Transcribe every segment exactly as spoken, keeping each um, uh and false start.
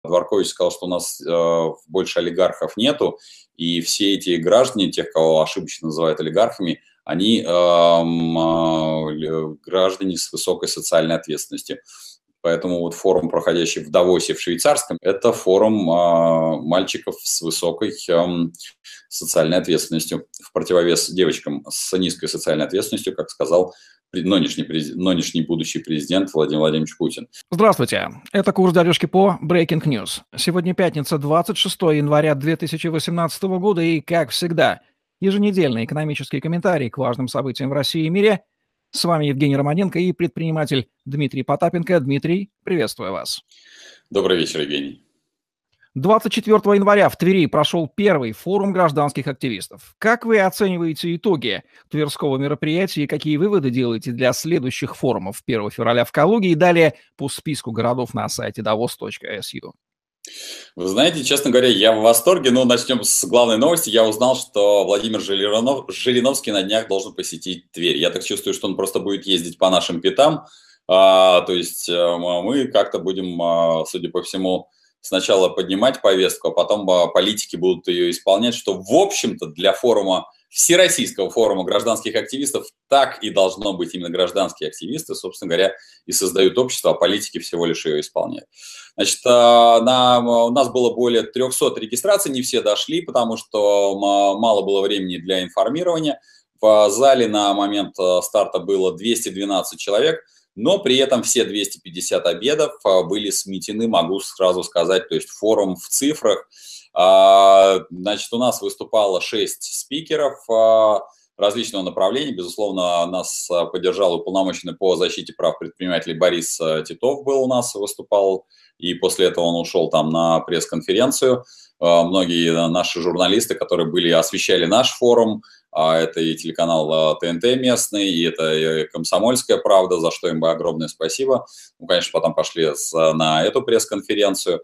Дворкович сказал, что у нас э, больше олигархов нету, и все эти граждане, тех, кого ошибочно называют олигархами, они э, э, граждане с высокой социальной ответственностью. Поэтому вот форум, проходящий в Давосе в швейцарском, это форум э, мальчиков с высокой э, социальной ответственностью, в противовес девочкам с низкой социальной ответственностью, как сказал нынешний, нынешний будущий президент Владимир Владимирович Путин. Здравствуйте, это курс дядюшки по Breaking News. Сегодня пятница, двадцать шестое января две тысячи восемнадцатого года, и, как всегда, еженедельный экономический комментарий к важным событиям в России и мире. С вами Евгений Романенко и предприниматель Дмитрий Потапенко. Дмитрий, приветствую вас. Добрый вечер, Евгений. двадцать четвёртого января в Твери прошел первый форум гражданских активистов. Как вы оцениваете итоги тверского мероприятия и какие выводы делаете для следующих форумов первого февраля в Калуге и далее по списку городов на сайте давос точка эс ю? Вы знаете, честно говоря, я в восторге. Но начнем с главной новости. Я узнал, что Владимир Жириновский, Жириновский на днях должен посетить Тверь. Я так чувствую, что он просто будет ездить по нашим пятам. А, то есть мы как-то будем, судя по всему, сначала поднимать повестку, а потом политики будут ее исполнять, что, в общем-то, для форума, Всероссийского форума гражданских активистов так и должно быть. Именно гражданские активисты, собственно говоря, и создают общество, а политики всего лишь ее исполняют. Значит, на, у нас было более трехсот регистраций, не все дошли, потому что мало было времени для информирования. В зале на момент старта было двести двенадцать человек, но при этом все двести пятьдесят обедов были сметены, могу сразу сказать, то есть форум в цифрах. Значит, у нас выступало шесть спикеров различного направления. Безусловно, нас поддержал уполномоченный по защите прав предпринимателей Борис Титов, был у нас, выступал, и после этого он ушел там на пресс-конференцию. Многие наши журналисты, которые были, освещали наш форум, это и телеканал ТНТ местный, и это «Комсомольская правда», за что им бы огромное спасибо. Ну, конечно, потом пошли на эту пресс-конференцию.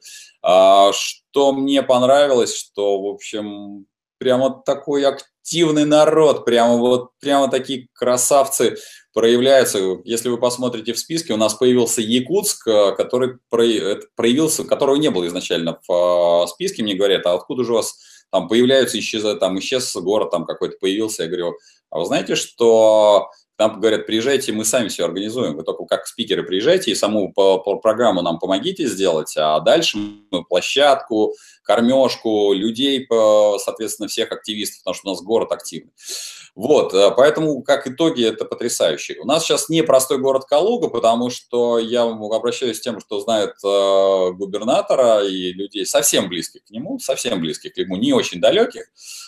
Что мне понравилось, что, в общем, прямо такой активный народ, прямо вот прямо такие красавцы проявляются. Если вы посмотрите в списке, у нас появился Якутск, который проявился, которого не было изначально в списке. Мне говорят, а откуда же у вас там появляются, исчезают, там исчез город там какой-то появился. Я говорю, а вы знаете, что там говорят, приезжайте, мы сами все организуем. Вы только как спикеры приезжайте и саму по, по программу нам помогите сделать, а дальше мы площадку, кормежку, людей, соответственно, всех активистов, потому что у нас город активный. Вот, поэтому, как итоги, это потрясающе. У нас сейчас непростой город Калуга, потому что я обращаюсь с тем, что знают э, губернатора и людей совсем близких к нему, совсем близких к нему, не очень далеких.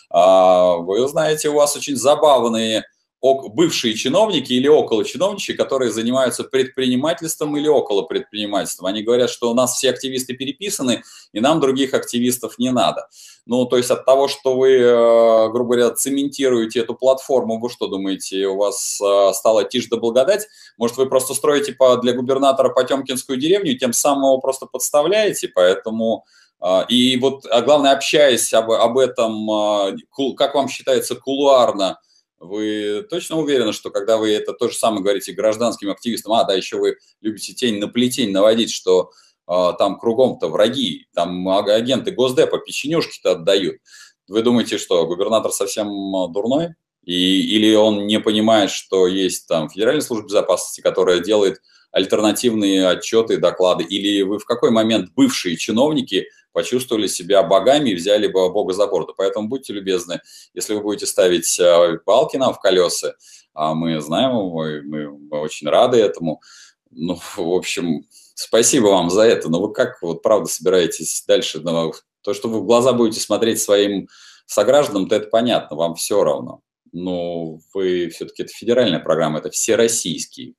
А, вы знаете, у вас очень забавные бывшие чиновники или около чиновничьи, которые занимаются предпринимательством или около предпринимательства. Они говорят, что у нас все активисты переписаны, и нам других активистов не надо. Ну, то есть от того, что вы, грубо говоря, цементируете эту платформу, вы что думаете, у вас стала тишь да благодать? Может, вы просто строите для губернатора Потемкинскую деревню, тем самым его просто подставляете, поэтому... И вот, а главное, общаясь об, об этом, как вам считается, кулуарно, вы точно уверены, что когда вы это то же самое говорите гражданским активистам, а, да, еще вы любите тень на плетень наводить, что а, там кругом-то враги, там агенты Госдепа печенюшки-то отдают. Вы думаете, что губернатор совсем дурной? И, или он не понимает, что есть там Федеральная служба безопасности, которая делает альтернативные отчеты, доклады? Или вы в какой момент бывшие чиновники почувствовали себя богами и взяли бы Бога за бороду? Поэтому будьте любезны, если вы будете ставить палки нам в колеса, а мы знаем, мы, мы очень рады этому. Ну, в общем, спасибо вам за это. Но вы как, вот правда, собираетесь дальше? То, что вы в глаза будете смотреть своим согражданам, то это понятно, вам все равно. Но вы все-таки, это федеральная программа, это всероссийский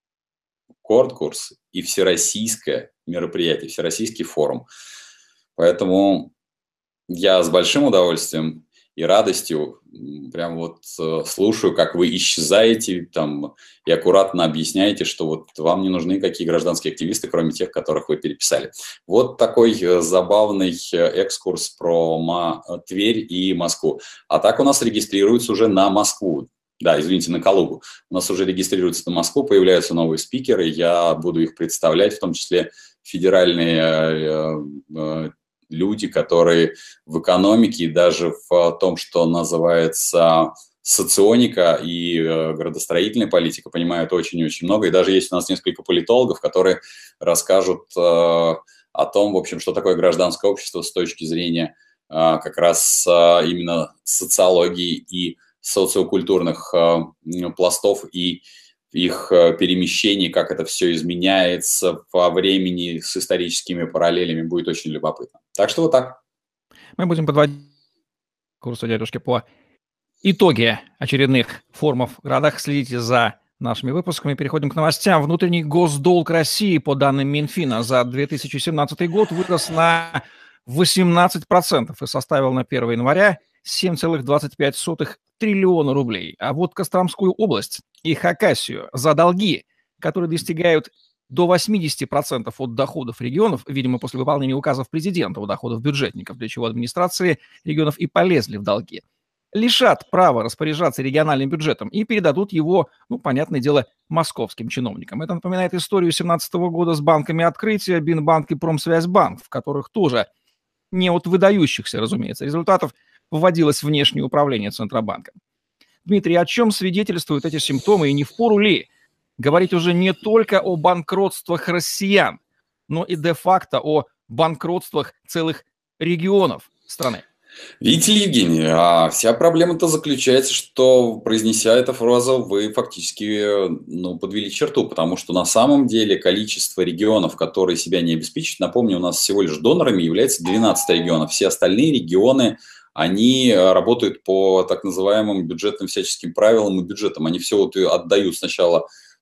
конкурс и всероссийское мероприятие, всероссийский форум. Поэтому я с большим удовольствием и радостью прям вот слушаю, как вы исчезаете там и аккуратно объясняете, что вот вам не нужны какие гражданские активисты, кроме тех, которых вы переписали. Вот такой забавный экскурс про Тверь и Москву. А так у нас регистрируется уже на Москву. Да, извините, на Калугу. У нас уже регистрируется на Москву, появляются новые спикеры, я буду их представлять, в том числе федеральные э, э, люди, которые в экономике и даже в том, что называется соционика и э, градостроительная политика, понимают очень-очень много. И даже есть у нас несколько политологов, которые расскажут э, о том, в общем, что такое гражданское общество с точки зрения э, как раз э, именно социологии и социокультурных э, пластов и их э, перемещений, как это все изменяется во времени с историческими параллелями, будет очень любопытно. Так что вот так. Мы будем подводить курсу дядюшки по итоги очередных форумов в городах. Следите за нашими выпусками. Переходим к новостям. Внутренний госдолг России, по данным Минфина, за две тысячи семнадцатый год вырос на восемнадцать процентов и составил на первое января семь целых двадцать пять сотых триллиона рублей. А вот Костромскую область и Хакасию за долги, которые достигают до восемьдесят процентов от доходов регионов, видимо, после выполнения указов президента о доходах бюджетников, для чего администрации регионов и полезли в долги, лишат права распоряжаться региональным бюджетом и передадут его, ну, понятное дело, московским чиновникам. Это напоминает историю две тысячи семнадцатого года с банками Открытия, Бинбанк и Промсвязьбанк, в которых тоже не от выдающихся, разумеется, результатов вводилось внешнее управление Центробанка. Дмитрий, о чем свидетельствуют эти симптомы, и не впору ли говорить уже не только о банкротствах россиян, но и де-факто о банкротствах целых регионов страны? Видите ли, Евгений, а вся проблема-то заключается, что, произнеся эту фразу, вы фактически ну, подвели черту, потому что на самом деле количество регионов, которые себя не обеспечивают, напомню, у нас всего лишь донорами является двенадцать регионов. Все остальные регионы, они работают по так называемым бюджетным всяческим правилам и бюджетам. Они все вот отдают сначала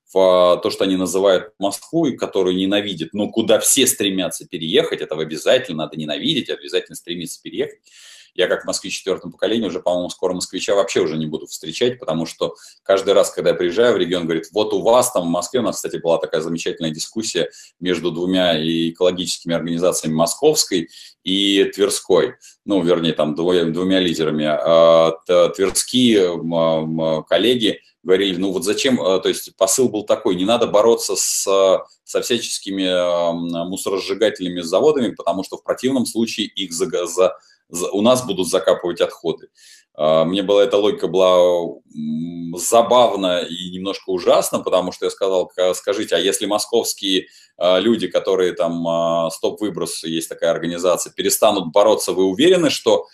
в то, что они называют Москву, и которую ненавидят, но куда все стремятся переехать, этого обязательно надо ненавидеть, обязательно стремиться переехать. Я как москвич четвертого поколения уже, по-моему, скоро москвича вообще уже не буду встречать, потому что каждый раз, когда я приезжаю в регион, говорит, вот у вас там в Москве, у нас, кстати, была такая замечательная дискуссия между двумя экологическими организациями, Московской и Тверской, ну, вернее, там двумя, двумя лидерами. Тверские коллеги говорили, ну вот зачем, то есть посыл был такой, не надо бороться с, со всяческими мусоросжигательными заводами, потому что в противном случае их за, за у нас будут закапывать отходы. Мне была эта логика была забавна и немножко ужасна, потому что я сказал, скажите, а если московские люди, которые там стоп-выброс, есть такая организация, перестанут бороться, вы уверены, что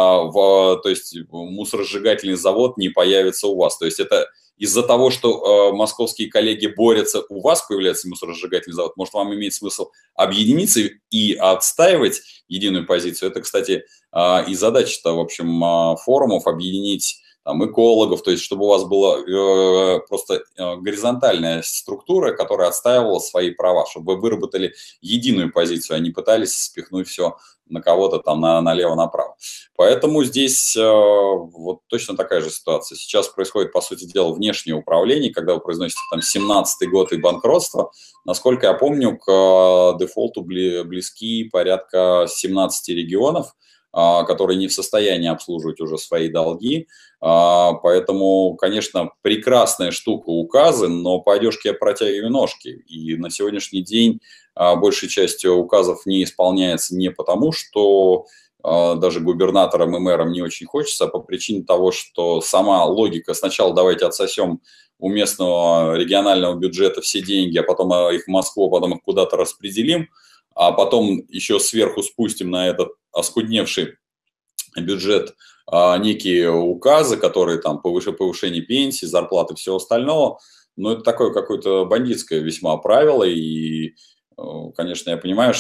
в, то есть мусоросжигательный завод не появится у вас? То есть это из-за того, что э, московские коллеги борются, у вас появляется мусоросжигательный завод, может, вам имеет смысл объединиться и отстаивать единую позицию. Это, кстати, э, и задача-то, в общем, э, форумов объединить там, экологов, то есть чтобы у вас была э, просто э, горизонтальная структура, которая отстаивала свои права, чтобы вы выработали единую позицию, а не пытались спихнуть все на кого-то там на, налево-направо. Поэтому здесь э, вот точно такая же ситуация. Сейчас происходит, по сути дела, внешнее управление, когда вы произносите там семнадцатый год и банкротство. Насколько я помню, к э, дефолту бли, близки порядка семнадцати регионов, э, которые не в состоянии обслуживать уже свои долги. Э, поэтому, конечно, прекрасная штука указы, но по одежке я протягиваю ножки. И на сегодняшний день большей частью указов не исполняется не потому, что э, даже губернаторам и мэрам не очень хочется, а по причине того, что сама логика сначала давайте отсосем у местного регионального бюджета все деньги, а потом их в Москву, а потом их куда-то распределим, а потом еще сверху спустим на этот оскудневший бюджет э, некие указы, которые там повыше повышение пенсий, зарплаты, всего остального. Но это такое какое-то бандитское весьма правило, и конечно, я понимаю,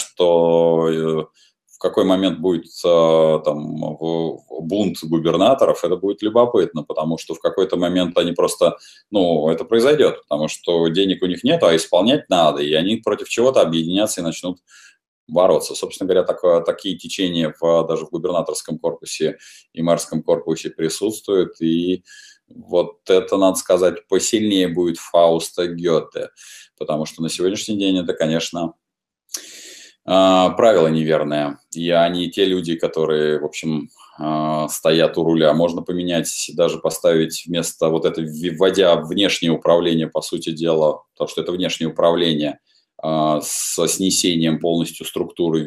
что в какой момент будет там бунт губернаторов, это будет любопытно, потому что в какой-то момент они просто, ну, это произойдет, потому что денег у них нет, а исполнять надо, и они против чего-то объединятся и начнут бороться. Собственно говоря, так, такие течения в, даже в губернаторском корпусе и мэрском корпусе присутствуют, и вот это, надо сказать, посильнее будет Фауста Гёте, потому что на сегодняшний день это, конечно, правило неверное. И они те люди, которые, в общем, э, стоят у руля. Можно поменять, даже поставить вместо вот это, вводя внешнее управление, по сути дела, потому что это внешнее управление, э, со снесением полностью структуры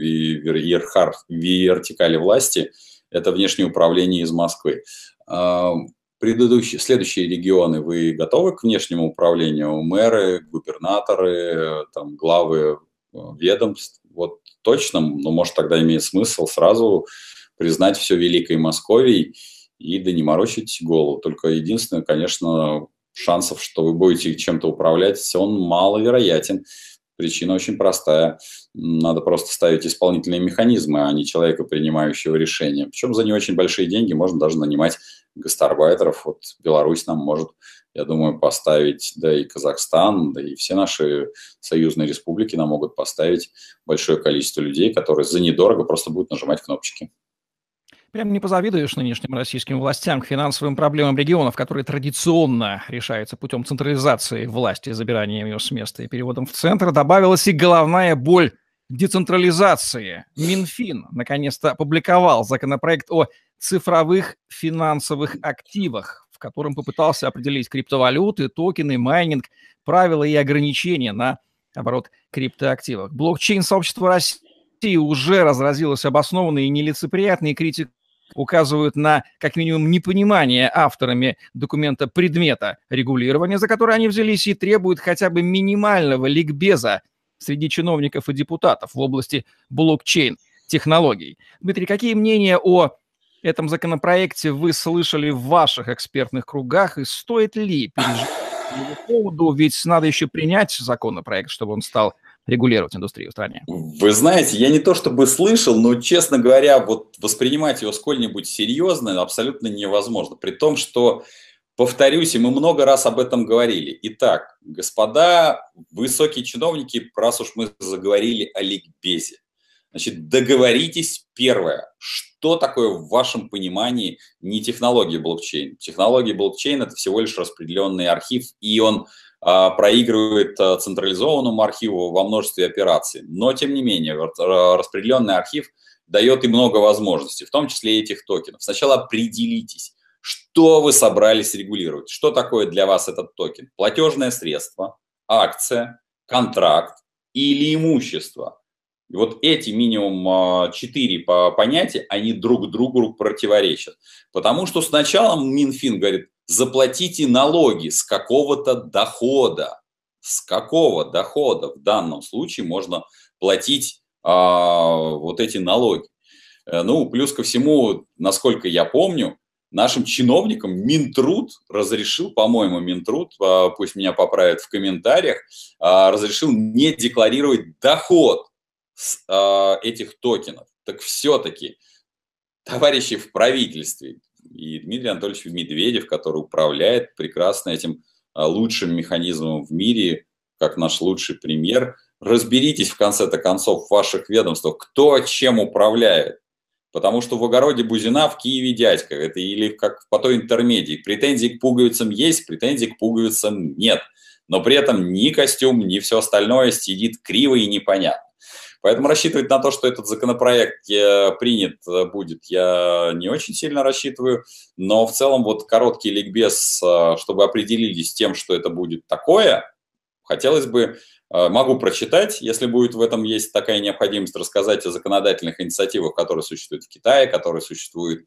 вер- вертикали власти, это внешнее управление из Москвы. Э, предыдущие, следующие регионы, вы готовы к внешнему управлению? Мэры, губернаторы, там, главы э, ведомств? Вот точно, но может тогда имеет смысл сразу признать все Великой Московией и да не морочить голову. Только единственное, конечно, шансов, что вы будете чем-то управлять, он маловероятен. Причина очень простая. Надо просто ставить исполнительные механизмы, а не человека, принимающего решения. Причем за не очень большие деньги можно даже нанимать гастарбайтеров. Вот Беларусь нам может, я думаю, поставить, да и Казахстан, да и все наши союзные республики нам могут поставить большое количество людей, которые за недорого просто будут нажимать кнопочки. Прям не позавидуешь нынешним российским властям к финансовым проблемам регионов, которые традиционно решаются путем централизации власти, забиранием ее с места и переводом в центр. Добавилась и головная боль децентрализации. Минфин наконец-то опубликовал законопроект о цифровых финансовых активах, в котором попытался определить криптовалюты, токены, майнинг, правила и ограничения на оборот криптоактивов. Блокчейн-сообщество России уже разразилось обоснованной и нелицеприятной критикой, указывают на, как минимум, непонимание авторами документа предмета регулирования, за который они взялись, и требуют хотя бы минимального ликбеза среди чиновников и депутатов в области блокчейн-технологий. Дмитрий, какие мнения о этом законопроекте вы слышали в ваших экспертных кругах, и стоит ли переживать по его поводу? Ведь надо еще принять законопроект, чтобы он стал регулировать индустрию в стране. Вы знаете, я не то чтобы слышал, но, честно говоря, вот воспринимать его сколь-нибудь серьезно абсолютно невозможно. При том, что, повторюсь, и мы много раз об этом говорили. Итак, господа высокие чиновники, раз уж мы заговорили о ликбезе, значит, договоритесь, первое, что такое в вашем понимании не технология блокчейн. Технология блокчейн – это всего лишь распределенный архив, и он проигрывает централизованному архиву во множестве операций. Но, тем не менее, распределенный архив дает и много возможностей, в том числе и этих токенов. Сначала определитесь, что вы собрались регулировать. Что такое для вас этот токен? Платежное средство, акция, контракт или имущество. И вот эти минимум четыре понятия, они друг другу противоречат. Потому что сначала Минфин говорит, заплатите налоги с какого-то дохода. С какого дохода в данном случае можно платить а, вот эти налоги? Ну, плюс ко всему, насколько я помню, нашим чиновникам Минтруд разрешил, по-моему, Минтруд, пусть меня поправят в комментариях, разрешил не декларировать доход с этих токенов. Так все-таки, товарищи в правительстве, и Дмитрий Анатольевич Медведев, который управляет прекрасно этим лучшим механизмом в мире, как наш лучший премьер, разберитесь в конце-то концов в ваших ведомствах, кто чем управляет. Потому что в огороде бузина, в Киеве дядька. Это или как по той интермедии. Претензий к пуговицам есть, претензий к пуговицам нет. Но при этом ни костюм, ни все остальное сидит криво и непонятно. Поэтому рассчитывать на то, что этот законопроект принят будет, я не очень сильно рассчитываю. Но в целом вот короткий ликбез, чтобы определились с тем, что это будет такое, хотелось бы, могу прочитать, если будет в этом есть такая необходимость, рассказать о законодательных инициативах, которые существуют в Китае, которые существуют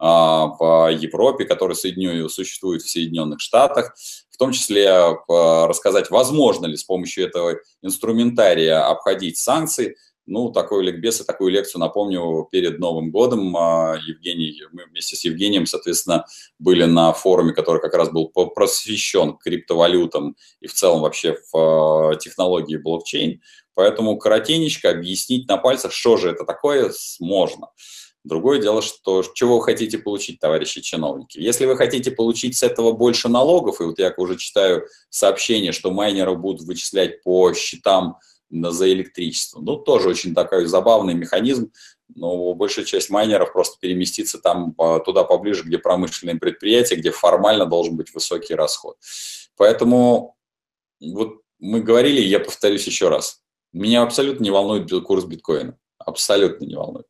в Европе, которые существуют в Соединенных Штатах, в том числе рассказать, возможно ли с помощью этого инструментария обходить санкции. Ну, такой ликбез и такую лекцию, напомню, перед Новым годом Евгений, мы вместе с Евгением, соответственно, были на форуме, который как раз был просвещен криптовалютам и в целом вообще в технологии блокчейн. Поэтому коротенечко объяснить на пальцах, что же это такое, можно. Другое дело, что чего вы хотите получить, товарищи чиновники. Если вы хотите получить с этого больше налогов, и вот я уже читаю сообщение, что майнеров будут вычислять по счетам за электричество, ну, тоже очень такой забавный механизм, но большая часть майнеров просто переместится там туда поближе, где промышленные предприятия, где формально должен быть высокий расход. Поэтому вот мы говорили, я повторюсь еще раз, меня абсолютно не волнует курс биткоина. Абсолютно не волнует.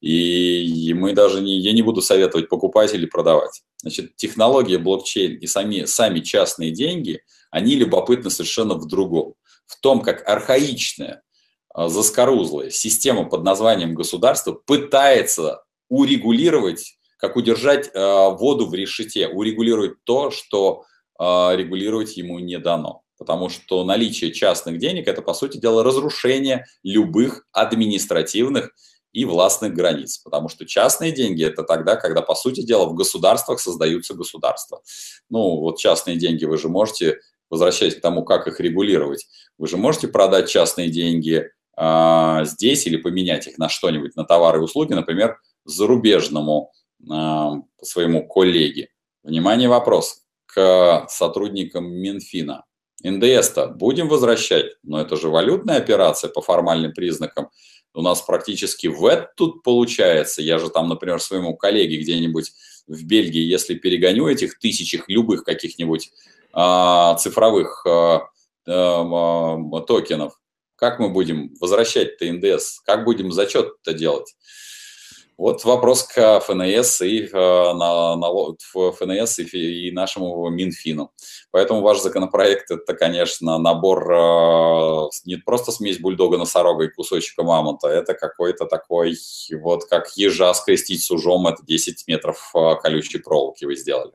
И мы даже не, я не буду советовать покупать или продавать. Значит, технология блокчейн и сами, сами частные деньги, они любопытны совершенно в другом. В том, как архаичная, заскорузлая система под названием государство пытается урегулировать, как удержать э, воду в решете, урегулировать то, что э, регулировать ему не дано. Потому что наличие частных денег – это, по сути дела, разрушение любых административных и властных границ. Потому что частные деньги – это тогда, когда, по сути дела, в государствах создаются государства. Ну, вот частные деньги вы же можете, возвращаясь к тому, как их регулировать, вы же можете продать частные деньги э, здесь или поменять их на что-нибудь, на товары и услуги, например, зарубежному э, своему коллеге. Внимание, вопрос к сотрудникам Минфина. эн дэ эс-то будем возвращать, но это же валютная операция по формальным признакам. У нас практически вэт тут получается. Я же там, например, своему коллеге где-нибудь в Бельгии, если перегоню этих тысячах любых каких-нибудь а, цифровых а, а, токенов, как мы будем возвращать-то эн дэ эс? Как будем зачет-то делать? Вот вопрос к эф эн эс и, на, на, эф эн эс и, и нашему Минфину. Поэтому ваш законопроект – это, конечно, набор, не просто смесь бульдога, носорога и кусочка мамонта, это какой-то такой, вот как ежа скрестить с ужом, это десять метров колючей проволоки вы сделали.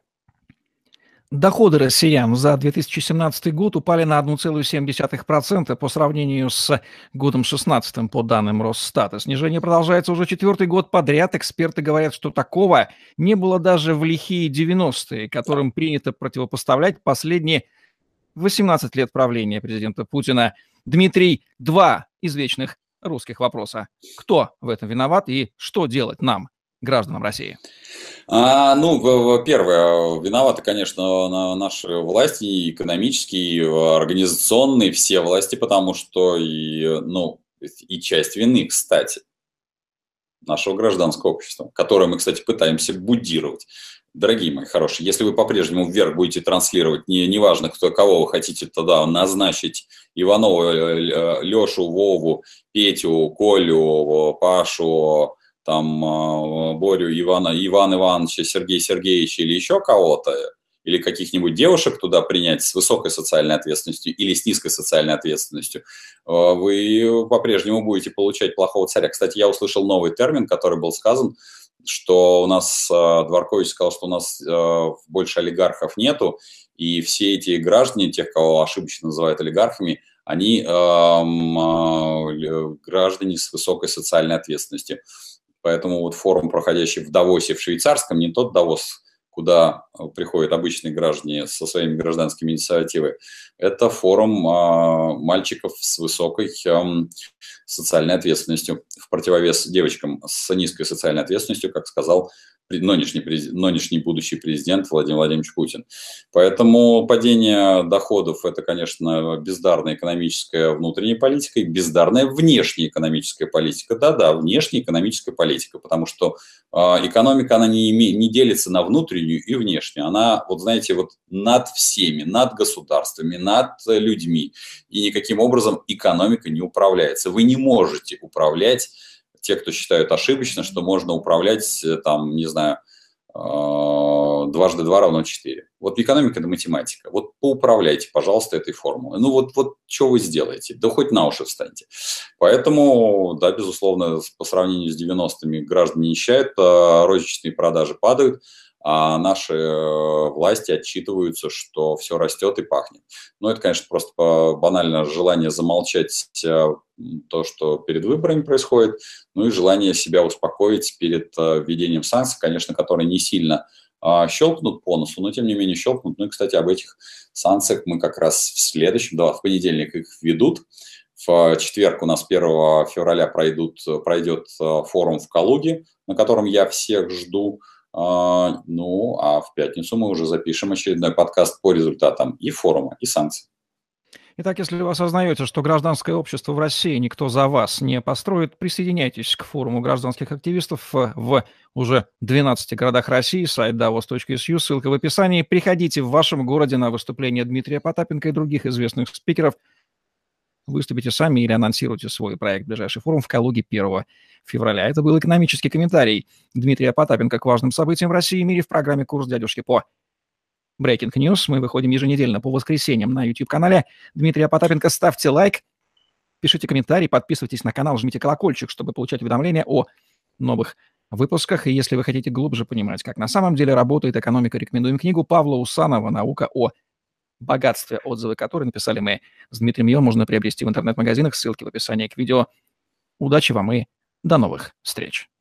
Доходы россиян за две тысячи семнадцатый год упали на одна целая семь десятых процента по сравнению с годом шестнадцатым, по данным Росстата. Снижение продолжается уже четвертый год подряд. Эксперты говорят, что такого не было даже в лихие девяностые, которым принято противопоставлять последние восемнадцать лет правления президента Путина. Дмитрий, два извечных русских вопроса. Кто в этом виноват и что делать нам, гражданам России? А, ну, первое, виноваты, конечно, наши власти, экономические, организационные, все власти, потому что и, ну, и часть вины, кстати, нашего гражданского общества, которое мы, кстати, пытаемся буддировать. Дорогие мои хорошие, если вы по-прежнему вверх будете транслировать, не, неважно, кто, кого вы хотите тогда назначить, Иванова, Лешу, Вову, Петю, Колю, Пашу, там Борю, Ивана, Ивана Ивановича, Сергея Сергеевича или еще кого-то, или каких-нибудь девушек туда принять с высокой социальной ответственностью или с низкой социальной ответственностью, вы по-прежнему будете получать плохого царя. Кстати, я услышал новый термин, который был сказан, что у нас, Дворкович сказал, что у нас больше олигархов нету, и все эти граждане, тех, кого ошибочно называют олигархами, они граждане с высокой социальной ответственностью. Поэтому вот форум, проходящий в Давосе, в швейцарском, не тот Давос, куда приходят обычные граждане со своими гражданскими инициативами, это форум а, мальчиков с высокой а, социальной ответственностью, в противовес девочкам с низкой социальной ответственностью, как сказал нынешний, нынешний будущий президент Владимир Владимирович Путин. Поэтому падение доходов – это, конечно, бездарная экономическая внутренняя политика и бездарная внешняя экономическая политика. Да-да, внешняя экономическая политика, потому что э, экономика, она не, име, не делится на внутреннюю и внешнюю. Она, вот знаете, вот над всеми, над государствами, над людьми. И никаким образом экономика не управляется. Вы не можете управлять. Те, кто считают ошибочно, что можно управлять, там, не знаю, дважды два равно четыре. Вот экономика – это математика. Вот поуправляйте, пожалуйста, этой формулой. Ну вот, вот что вы сделаете? Да хоть на уши встаньте. Поэтому, да, безусловно, по сравнению с девяностыми граждане нищают, розничные продажи падают, а наши власти отчитываются, что все растет и пахнет. Но это, конечно, просто банально желание замолчать то, что перед выборами происходит, ну и желание себя успокоить перед введением санкций, конечно, которые не сильно щелкнут по носу, но тем не менее щелкнут. Ну и, кстати, об этих санкциях мы как раз в следующем, да, в понедельник их введут. В четверг у нас первого февраля пройдут, пройдет форум в Калуге, на котором я всех жду. Ну, а в пятницу мы уже запишем очередной подкаст по результатам и форума, и санкций. Итак, если вы осознаете, что гражданское общество в России никто за вас не построит, присоединяйтесь к форуму гражданских активистов в уже двенадцати городах России, сайт давос точка эс ю, ссылка в описании. Приходите в вашем городе на выступление Дмитрия Потапенко и других известных спикеров. выступите сами или анонсируйте свой проект в ближайший форум в Калуге первого февраля. Это был экономический комментарий Дмитрия Потапенко к важным событиям в России и мире в программе «Курс дядюшки По». Breaking News. Мы выходим еженедельно по воскресеньям на YouTube-канале Дмитрия Потапенко. Ставьте лайк, пишите комментарий, подписывайтесь на канал, жмите колокольчик, чтобы получать уведомления о новых выпусках. И если вы хотите глубже понимать, как на самом деле работает экономика, рекомендуем книгу Павла Усанова «Наука о богатстве», отзывы которой написали мы с Дмитрием. Ее можно приобрести в интернет-магазинах, ссылки в описании к видео. Удачи вам и до новых встреч!